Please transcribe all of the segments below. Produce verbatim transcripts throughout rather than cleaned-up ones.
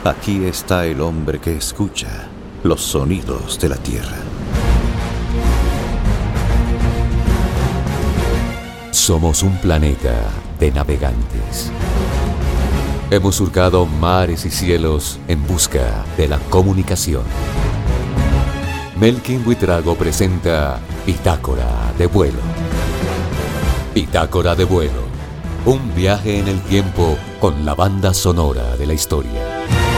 Aquí está el hombre que escucha los sonidos de la tierra. Somos un planeta de navegantes. Hemos surcado mares y cielos en busca de la comunicación. Melkin Buitrago presenta Bitácora de vuelo. Bitácora de vuelo. Un viaje en el tiempo con la banda sonora de la historia.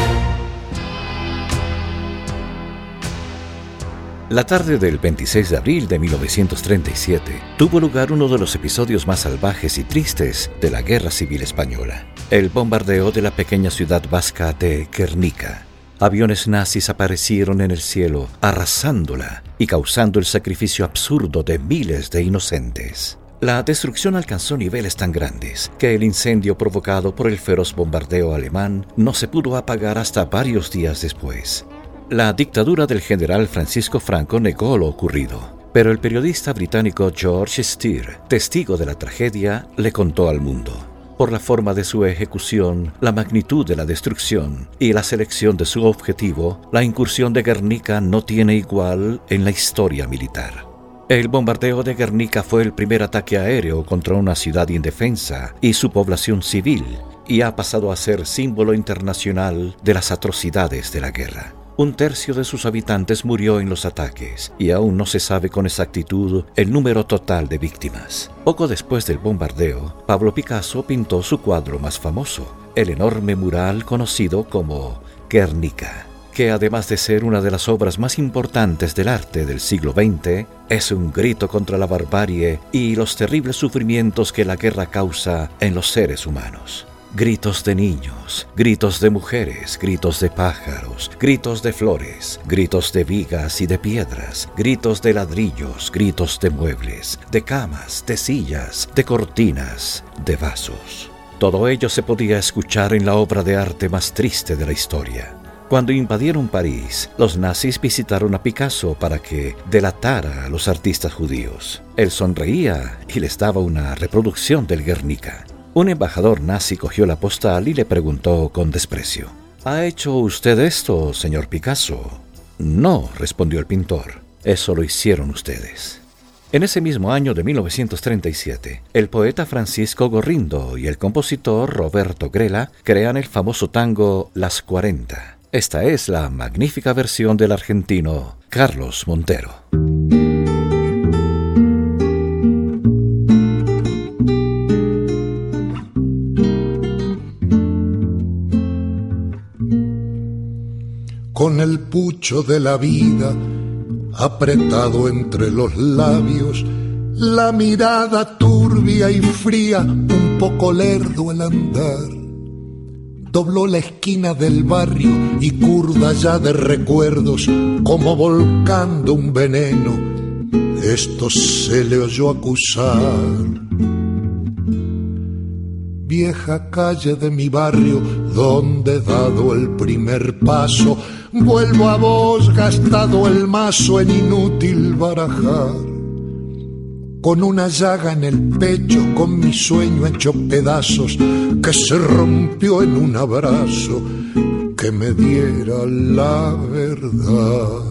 La tarde del veintiséis de abril de mil novecientos treinta y siete tuvo lugar uno de los episodios más salvajes y tristes de la Guerra Civil Española: el bombardeo de la pequeña ciudad vasca de Guernica. Aviones nazis aparecieron en el cielo, arrasándola y causando el sacrificio absurdo de miles de inocentes. La destrucción alcanzó niveles tan grandes que el incendio provocado por el feroz bombardeo alemán no se pudo apagar hasta varios días después. La dictadura del general Francisco Franco negó lo ocurrido, pero el periodista británico George Steer, testigo de la tragedia, le contó al mundo. Por la forma de su ejecución, la magnitud de la destrucción y la selección de su objetivo, la incursión de Guernica no tiene igual en la historia militar. El bombardeo de Guernica fue el primer ataque aéreo contra una ciudad indefensa y su población civil, y ha pasado a ser símbolo internacional de las atrocidades de la guerra. Un tercio de sus habitantes murió en los ataques y aún no se sabe con exactitud el número total de víctimas. Poco después del bombardeo, Pablo Picasso pintó su cuadro más famoso, el enorme mural conocido como Guernica, que además de ser una de las obras más importantes del arte del siglo veinte, es un grito contra la barbarie y los terribles sufrimientos que la guerra causa en los seres humanos. Gritos de niños, gritos de mujeres, gritos de pájaros, gritos de flores, gritos de vigas y de piedras, gritos de ladrillos, gritos de muebles, de camas, de sillas, de cortinas, de vasos. Todo ello se podía escuchar en la obra de arte más triste de la historia. Cuando invadieron París, los nazis visitaron a Picasso para que delatara a los artistas judíos. Él sonreía y les daba una reproducción del Guernica. Un embajador nazi cogió la postal y le preguntó con desprecio: ¿Ha hecho usted esto, señor Picasso? No, respondió el pintor. Eso lo hicieron ustedes. En ese mismo año de mil novecientos treinta y siete, el poeta Francisco Gorrindo y el compositor Roberto Grela crean el famoso tango Las cuarenta. Esta es la magnífica versión del argentino Carlos Montero. Con el pucho de la vida apretado entre los labios, la mirada turbia y fría, un poco lerdo el andar. Dobló la esquina del barrio y curda ya de recuerdos, como volcando un veneno, esto se le oyó acusar. Vieja calle de mi barrio, donde he dado el primer paso, vuelvo a vos gastado el mazo en inútil barajar. Con una llaga en el pecho, con mi sueño hecho pedazos, que se rompió en un abrazo que me diera la verdad.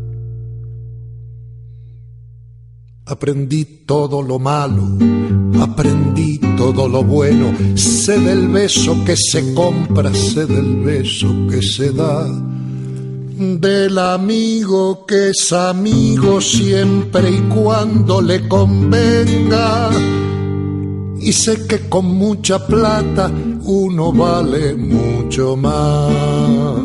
Aprendí todo lo malo, aprendí todo lo bueno, sé del beso que se compra, sé del beso que se da, del amigo que es amigo siempre y cuando le convenga, y sé que con mucha plata uno vale mucho más.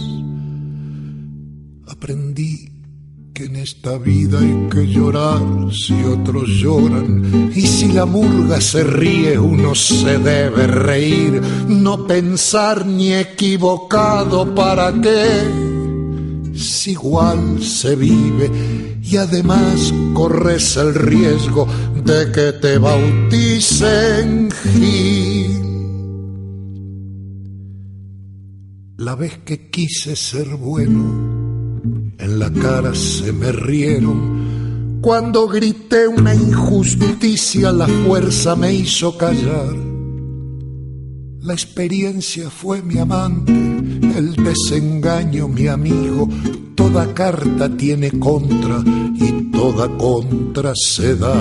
Aprendí que en esta vida hay que llorar si otros lloran, y si la murga se ríe uno se debe reír, no pensar ni equivocado para qué, si igual se vive y además corres el riesgo de que te bauticen Gil. La vez que quise ser bueno, en la cara se me rieron. Cuando grité una injusticia, la fuerza me hizo callar. La experiencia fue mi amante, el desengaño, mi amigo, toda carta tiene contra y toda contra se da.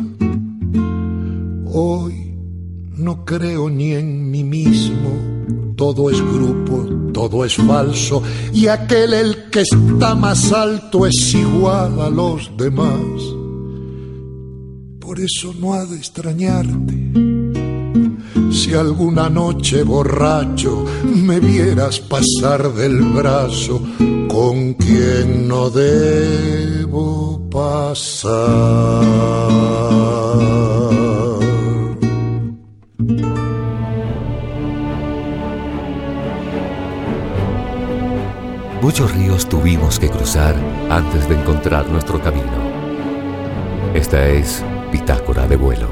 Hoy no creo ni en mí mismo, todo es grupo, todo es falso, y aquel el que está más alto es igual a los demás. Por eso no ha de extrañarte si alguna noche borracho me vieras pasar del brazo con quien no debo pasar. Muchos ríos tuvimos que cruzar antes de encontrar nuestro camino. Esta es Bitácora de Vuelo.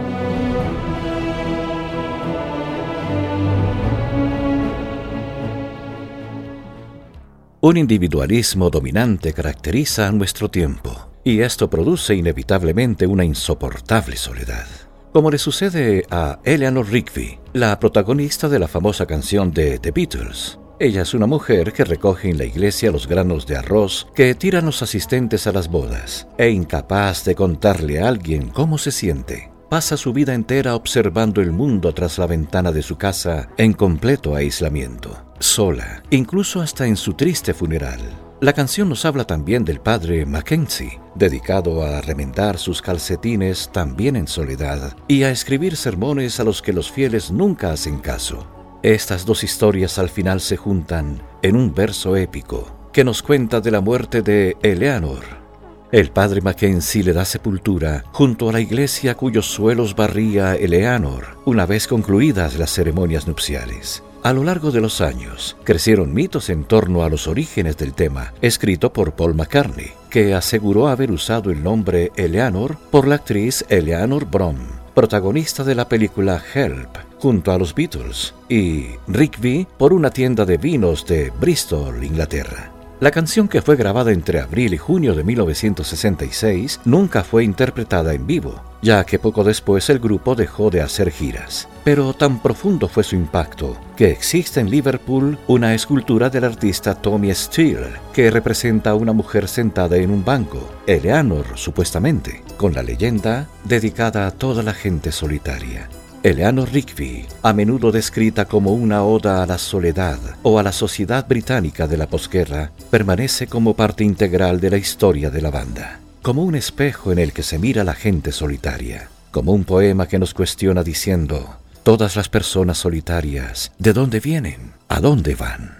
Un individualismo dominante caracteriza a nuestro tiempo, y esto produce inevitablemente una insoportable soledad. Como le sucede a Eleanor Rigby, la protagonista de la famosa canción de The Beatles. Ella es una mujer que recoge en la iglesia los granos de arroz que tiran los asistentes a las bodas, e incapaz de contarle a alguien cómo se siente, pasa su vida entera observando el mundo tras la ventana de su casa en completo aislamiento, sola, incluso hasta en su triste funeral. La canción nos habla también del padre Mackenzie, dedicado a remendar sus calcetines también en soledad y a escribir sermones a los que los fieles nunca hacen caso. Estas dos historias al final se juntan en un verso épico que nos cuenta de la muerte de Eleanor. El padre Mackenzie le da sepultura junto a la iglesia cuyos suelos barría Eleanor una vez concluidas las ceremonias nupciales. A lo largo de los años, crecieron mitos en torno a los orígenes del tema, escrito por Paul McCartney, que aseguró haber usado el nombre Eleanor por la actriz Eleanor Brom, protagonista de la película Help, junto a los Beatles, y Rigby por una tienda de vinos de Bristol, Inglaterra. La canción, que fue grabada entre abril y junio de mil novecientos sesenta y seis, nunca fue interpretada en vivo, ya que poco después el grupo dejó de hacer giras. Pero tan profundo fue su impacto que existe en Liverpool una escultura del artista Tommy Steele que representa a una mujer sentada en un banco, Eleanor supuestamente, con la leyenda dedicada a toda la gente solitaria. Eleanor Rigby, a menudo descrita como una oda a la soledad o a la sociedad británica de la posguerra, permanece como parte integral de la historia de la banda, como un espejo en el que se mira la gente solitaria, como un poema que nos cuestiona diciendo: todas las personas solitarias, ¿de dónde vienen? ¿A dónde van?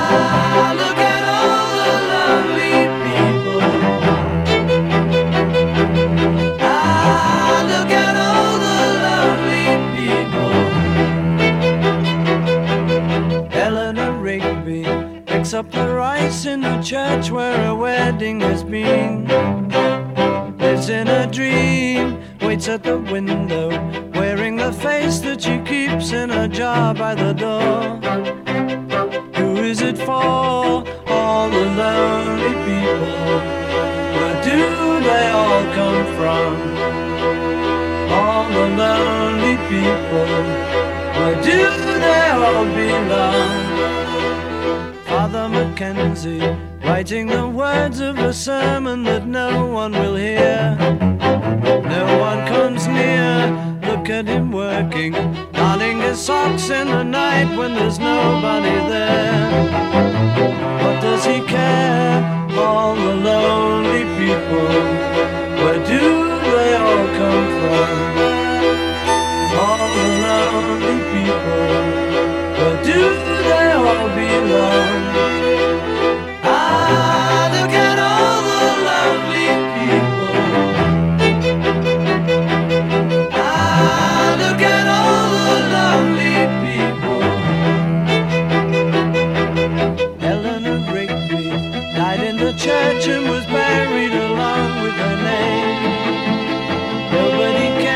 Up the rice in the church where a wedding has been. Lives in a dream, waits at the window, wearing the face that she keeps in a jar by the door. Who is it for? All the lonely people. Where do they all come from? All the lonely people. Where do they all belong? Father Mackenzie, writing the words of a sermon that no one will hear. No one comes near, look at him working, darning his socks in the night when there's nobody there. What does he care? All the lonely people, where do they all come from? All the lonely people, where do they all belong? Ah, look at all the lonely people. Ah, look at all the lonely people. Eleanor Rigby died in the church and was buried along with her name. Nobody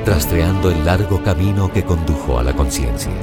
rastreando el largo camino que condujo a la conciencia.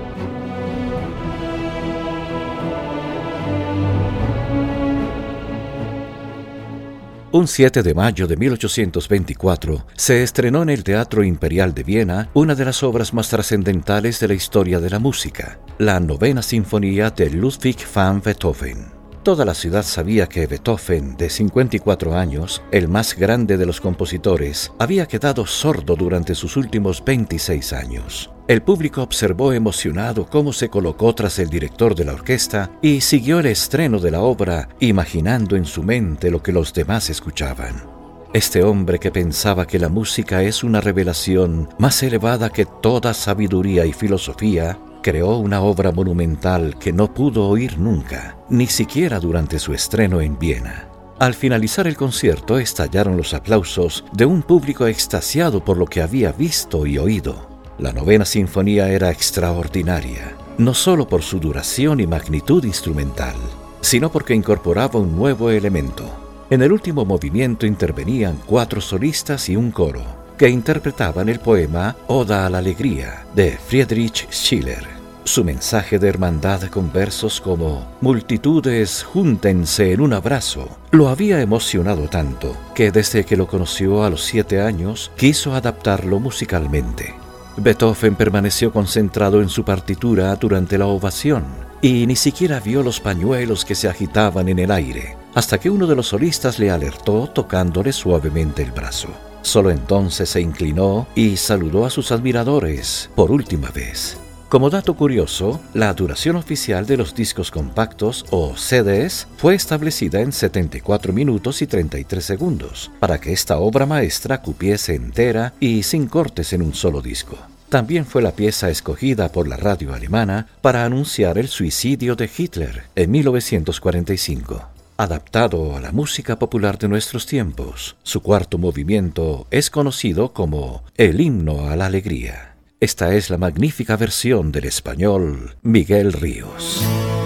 Un siete de mayo de mil ochocientos veinticuatro se estrenó en el Teatro Imperial de Viena una de las obras más trascendentales de la historia de la música, la Novena Sinfonía de Ludwig van Beethoven. Toda la ciudad sabía que Beethoven, de cincuenta y cuatro años, el más grande de los compositores, había quedado sordo durante sus últimos veintiséis años. El público observó emocionado cómo se colocó tras el director de la orquesta y siguió el estreno de la obra, imaginando en su mente lo que los demás escuchaban. Este hombre que pensaba que la música es una revelación más elevada que toda sabiduría y filosofía, creó una obra monumental que no pudo oír nunca, ni siquiera durante su estreno en Viena. Al finalizar el concierto estallaron los aplausos de un público extasiado por lo que había visto y oído. La Novena Sinfonía era extraordinaria, no solo por su duración y magnitud instrumental, sino porque incorporaba un nuevo elemento. En el último movimiento intervenían cuatro solistas y un coro, que interpretaban el poema Oda a la Alegría de Friedrich Schiller. Su mensaje de hermandad con versos como «Multitudes, júntense en un abrazo», lo había emocionado tanto que desde que lo conoció a los siete años quiso adaptarlo musicalmente. Beethoven permaneció concentrado en su partitura durante la ovación y ni siquiera vio los pañuelos que se agitaban en el aire, hasta que uno de los solistas le alertó tocándole suavemente el brazo. Solo entonces se inclinó y saludó a sus admiradores por última vez. Como dato curioso, la duración oficial de los discos compactos o C Ds fue establecida en setenta y cuatro minutos y treinta y tres segundos, para que esta obra maestra cupiese entera y sin cortes en un solo disco. También fue la pieza escogida por la radio alemana para anunciar el suicidio de Hitler en mil novecientos cuarenta y cinco. Adaptado a la música popular de nuestros tiempos, su cuarto movimiento es conocido como el Himno a la Alegría. Esta es la magnífica versión del español Miguel Ríos.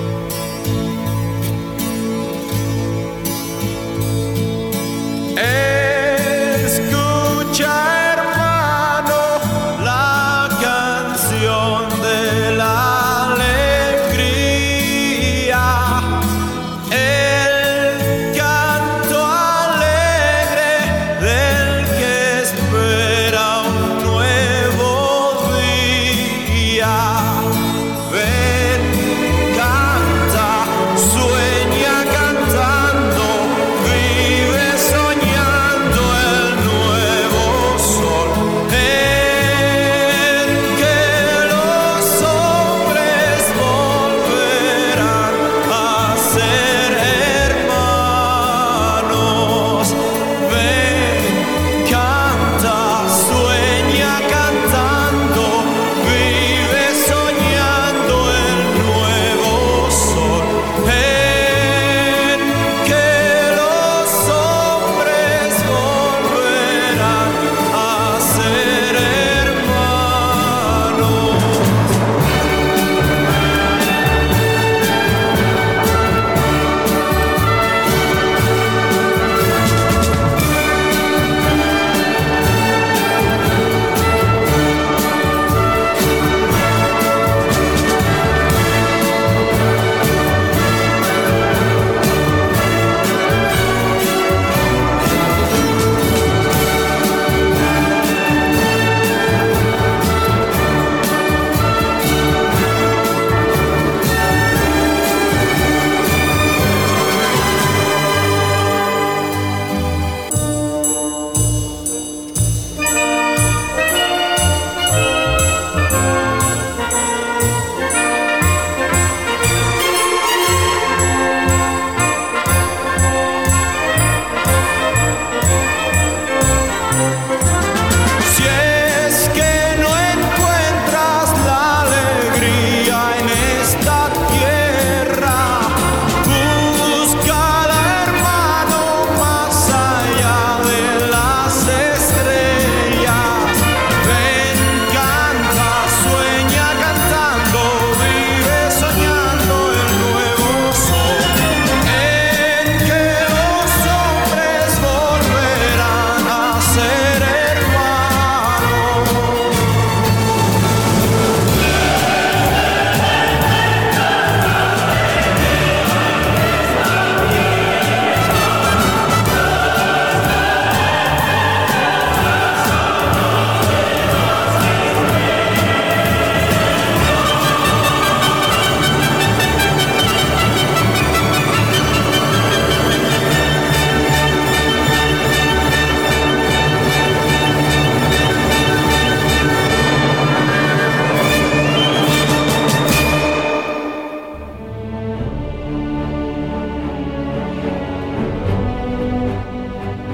Escucha, hermano, la canción de la alegría, el canto alegre del que espera un nuevo día. Ven, canta.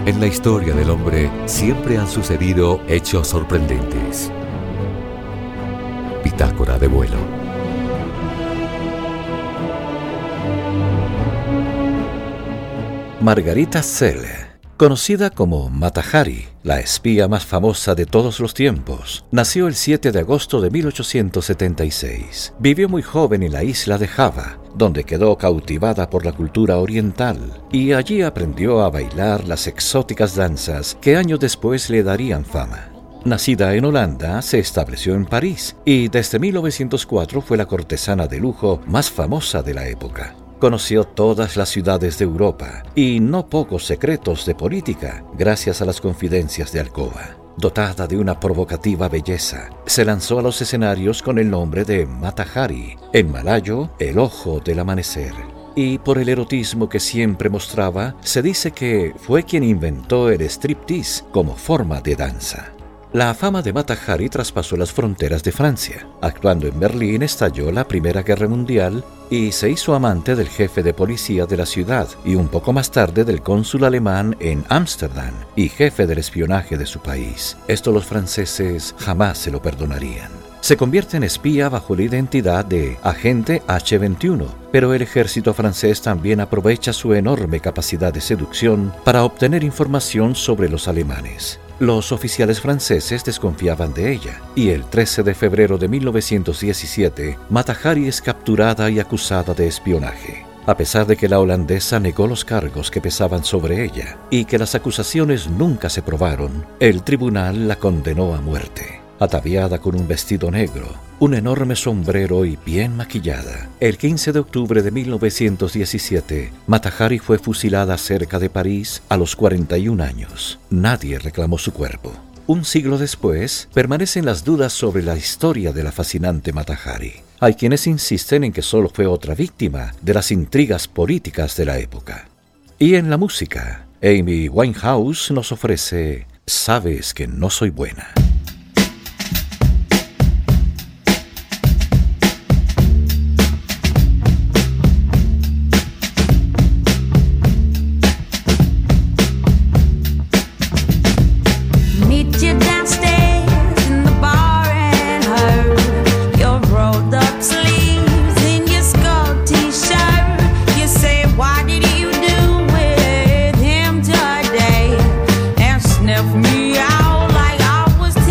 En la historia del hombre siempre han sucedido hechos sorprendentes. Bitácora de vuelo. Margarita Selle, conocida como Mata Hari, la espía más famosa de todos los tiempos, nació el siete de agosto de mil ochocientos setenta y seis. Vivió muy joven en la isla de Java, donde quedó cautivada por la cultura oriental, y allí aprendió a bailar las exóticas danzas que años después le darían fama. Nacida en Holanda, se estableció en París y desde mil novecientos cuatro fue la cortesana de lujo más famosa de la época. Conoció todas las ciudades de Europa y no pocos secretos de política gracias a las confidencias de alcoba. Dotada de una provocativa belleza, se lanzó a los escenarios con el nombre de Mata Hari, en malayo, el ojo del amanecer. Y por el erotismo que siempre mostraba, se dice que fue quien inventó el striptease como forma de danza. La fama de Mata Hari traspasó las fronteras de Francia. Actuando en Berlín estalló la Primera Guerra Mundial y se hizo amante del jefe de policía de la ciudad y un poco más tarde del cónsul alemán en Ámsterdam y jefe del espionaje de su país. Esto los franceses jamás se lo perdonarían. Se convierte en espía bajo la identidad de agente hache veintiuno, pero el ejército francés también aprovecha su enorme capacidad de seducción para obtener información sobre los alemanes. Los oficiales franceses desconfiaban de ella, y el trece de febrero de mil novecientos diecisiete, Mata Hari es capturada y acusada de espionaje. A pesar de que la holandesa negó los cargos que pesaban sobre ella, y que las acusaciones nunca se probaron, el tribunal la condenó a muerte. Ataviada con un vestido negro, un enorme sombrero y bien maquillada, el quince de octubre de mil novecientos diecisiete, Mata Hari fue fusilada cerca de París a los cuarenta y un años. Nadie reclamó su cuerpo. Un siglo después, permanecen las dudas sobre la historia de la fascinante Mata Hari. Hay quienes insisten en que solo fue otra víctima de las intrigas políticas de la época. Y en la música, Amy Winehouse nos ofrece Sabes que no soy buena. Me out like I was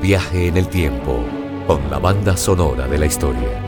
viaje en el tiempo con la banda sonora de la historia.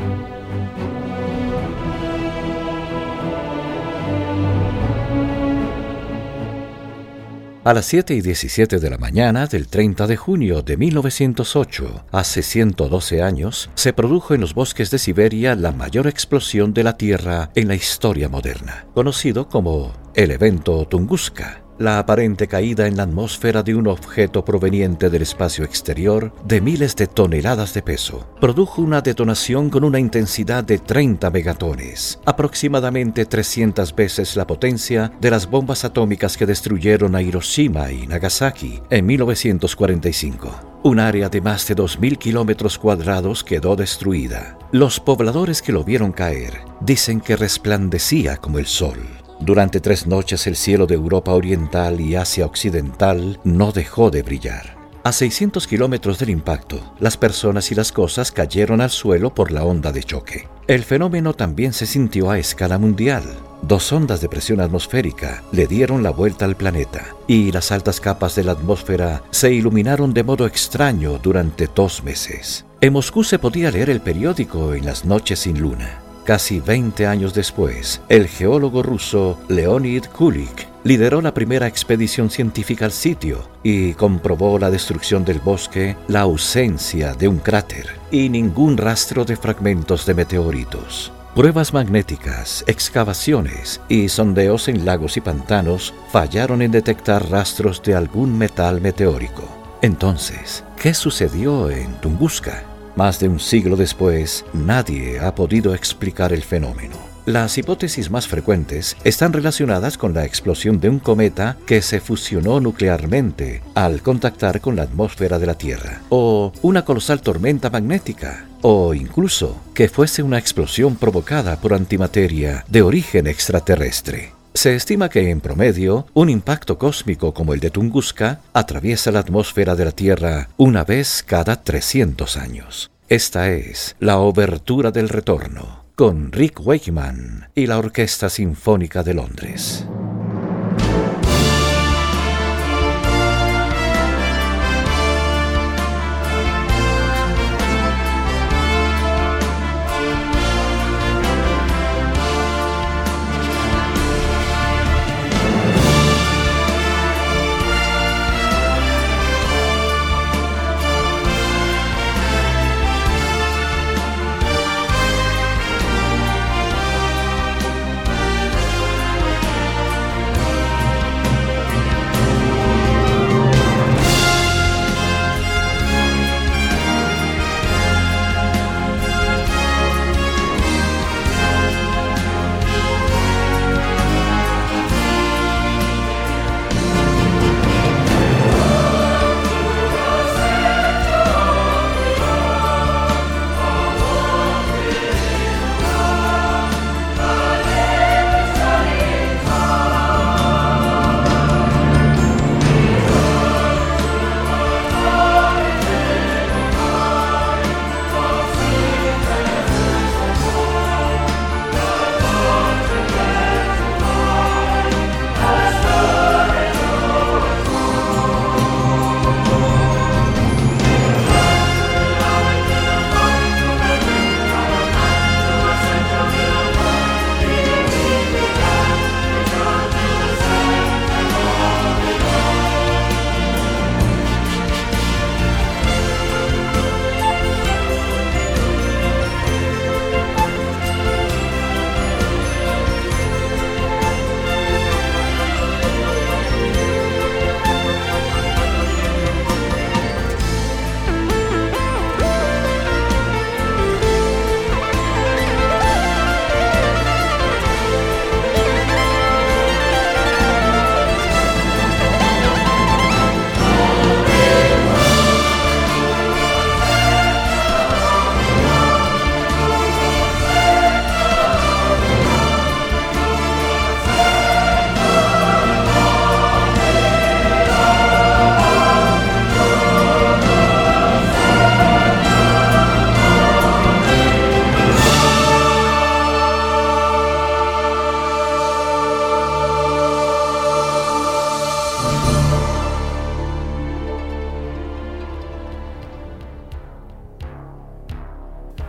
A las siete y diecisiete de la mañana del treinta de junio de mil novecientos ocho, hace ciento doce años, se produjo en los bosques de Siberia la mayor explosión de la Tierra en la historia moderna, conocido como el evento Tunguska. La aparente caída en la atmósfera de un objeto proveniente del espacio exterior de miles de toneladas de peso produjo una detonación con una intensidad de treinta megatones, aproximadamente trescientas veces la potencia de las bombas atómicas que destruyeron a Hiroshima y Nagasaki en mil novecientos cuarenta y cinco. Un área de más de dos mil kilómetros cuadrados quedó destruida. Los pobladores que lo vieron caer dicen que resplandecía como el sol. Durante tres noches el cielo de Europa Oriental y Asia Occidental no dejó de brillar. A seiscientos kilómetros del impacto, las personas y las cosas cayeron al suelo por la onda de choque. El fenómeno también se sintió a escala mundial. Dos ondas de presión atmosférica le dieron la vuelta al planeta y las altas capas de la atmósfera se iluminaron de modo extraño durante dos meses. En Moscú se podía leer el periódico en las noches sin luna. Casi veinte años después, el geólogo ruso Leonid Kulik lideró la primera expedición científica al sitio y comprobó la destrucción del bosque, la ausencia de un cráter y ningún rastro de fragmentos de meteoritos. Pruebas magnéticas, excavaciones y sondeos en lagos y pantanos fallaron en detectar rastros de algún metal meteórico. Entonces, ¿qué sucedió en Tunguska? Más de un siglo después, nadie ha podido explicar el fenómeno. Las hipótesis más frecuentes están relacionadas con la explosión de un cometa que se fusionó nuclearmente al contactar con la atmósfera de la Tierra, o una colosal tormenta magnética, o incluso que fuese una explosión provocada por antimateria de origen extraterrestre. Se estima que, en promedio, un impacto cósmico como el de Tunguska atraviesa la atmósfera de la Tierra una vez cada trescientos años. Esta es la Obertura del Retorno, con Rick Wakeman y la Orquesta Sinfónica de Londres.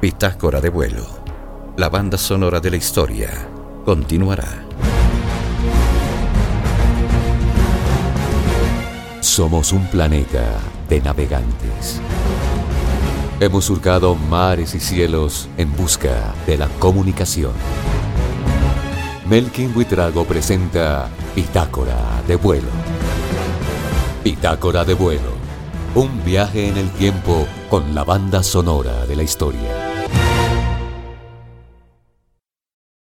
Bitácora de vuelo. La banda sonora de la historia continuará. Somos un planeta de navegantes. Hemos surcado mares y cielos en busca de la comunicación. Melkin Buitrago presenta Bitácora de vuelo. Bitácora de vuelo. Un viaje en el tiempo con la banda sonora de la historia.